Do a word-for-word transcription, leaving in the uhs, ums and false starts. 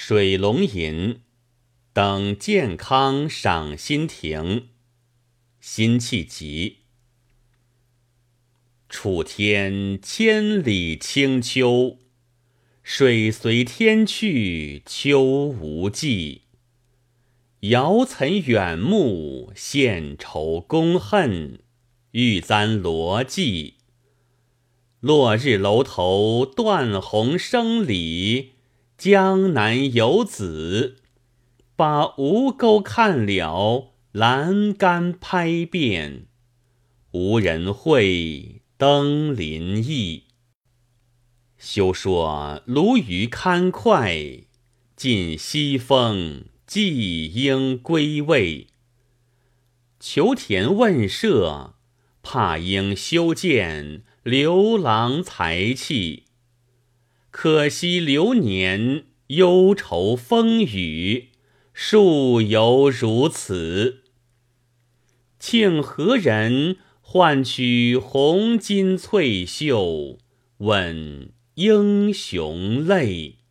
水龙吟，等健康赏心亭。辛弃疾。楚天千里清秋，水随天去秋无际。遥岑远目，献愁宫恨，欲簪罗髻。落日楼头断鸿声里，江南游子把吴钩看了，栏杆拍遍。无人会，登临意。休说鲈鱼堪脍，尽西风，季鹰归位。求田问舍，怕应修建，刘郎才气。可惜流年，忧愁风雨，数犹如此。庆何人换取红巾翠袖，问英雄泪。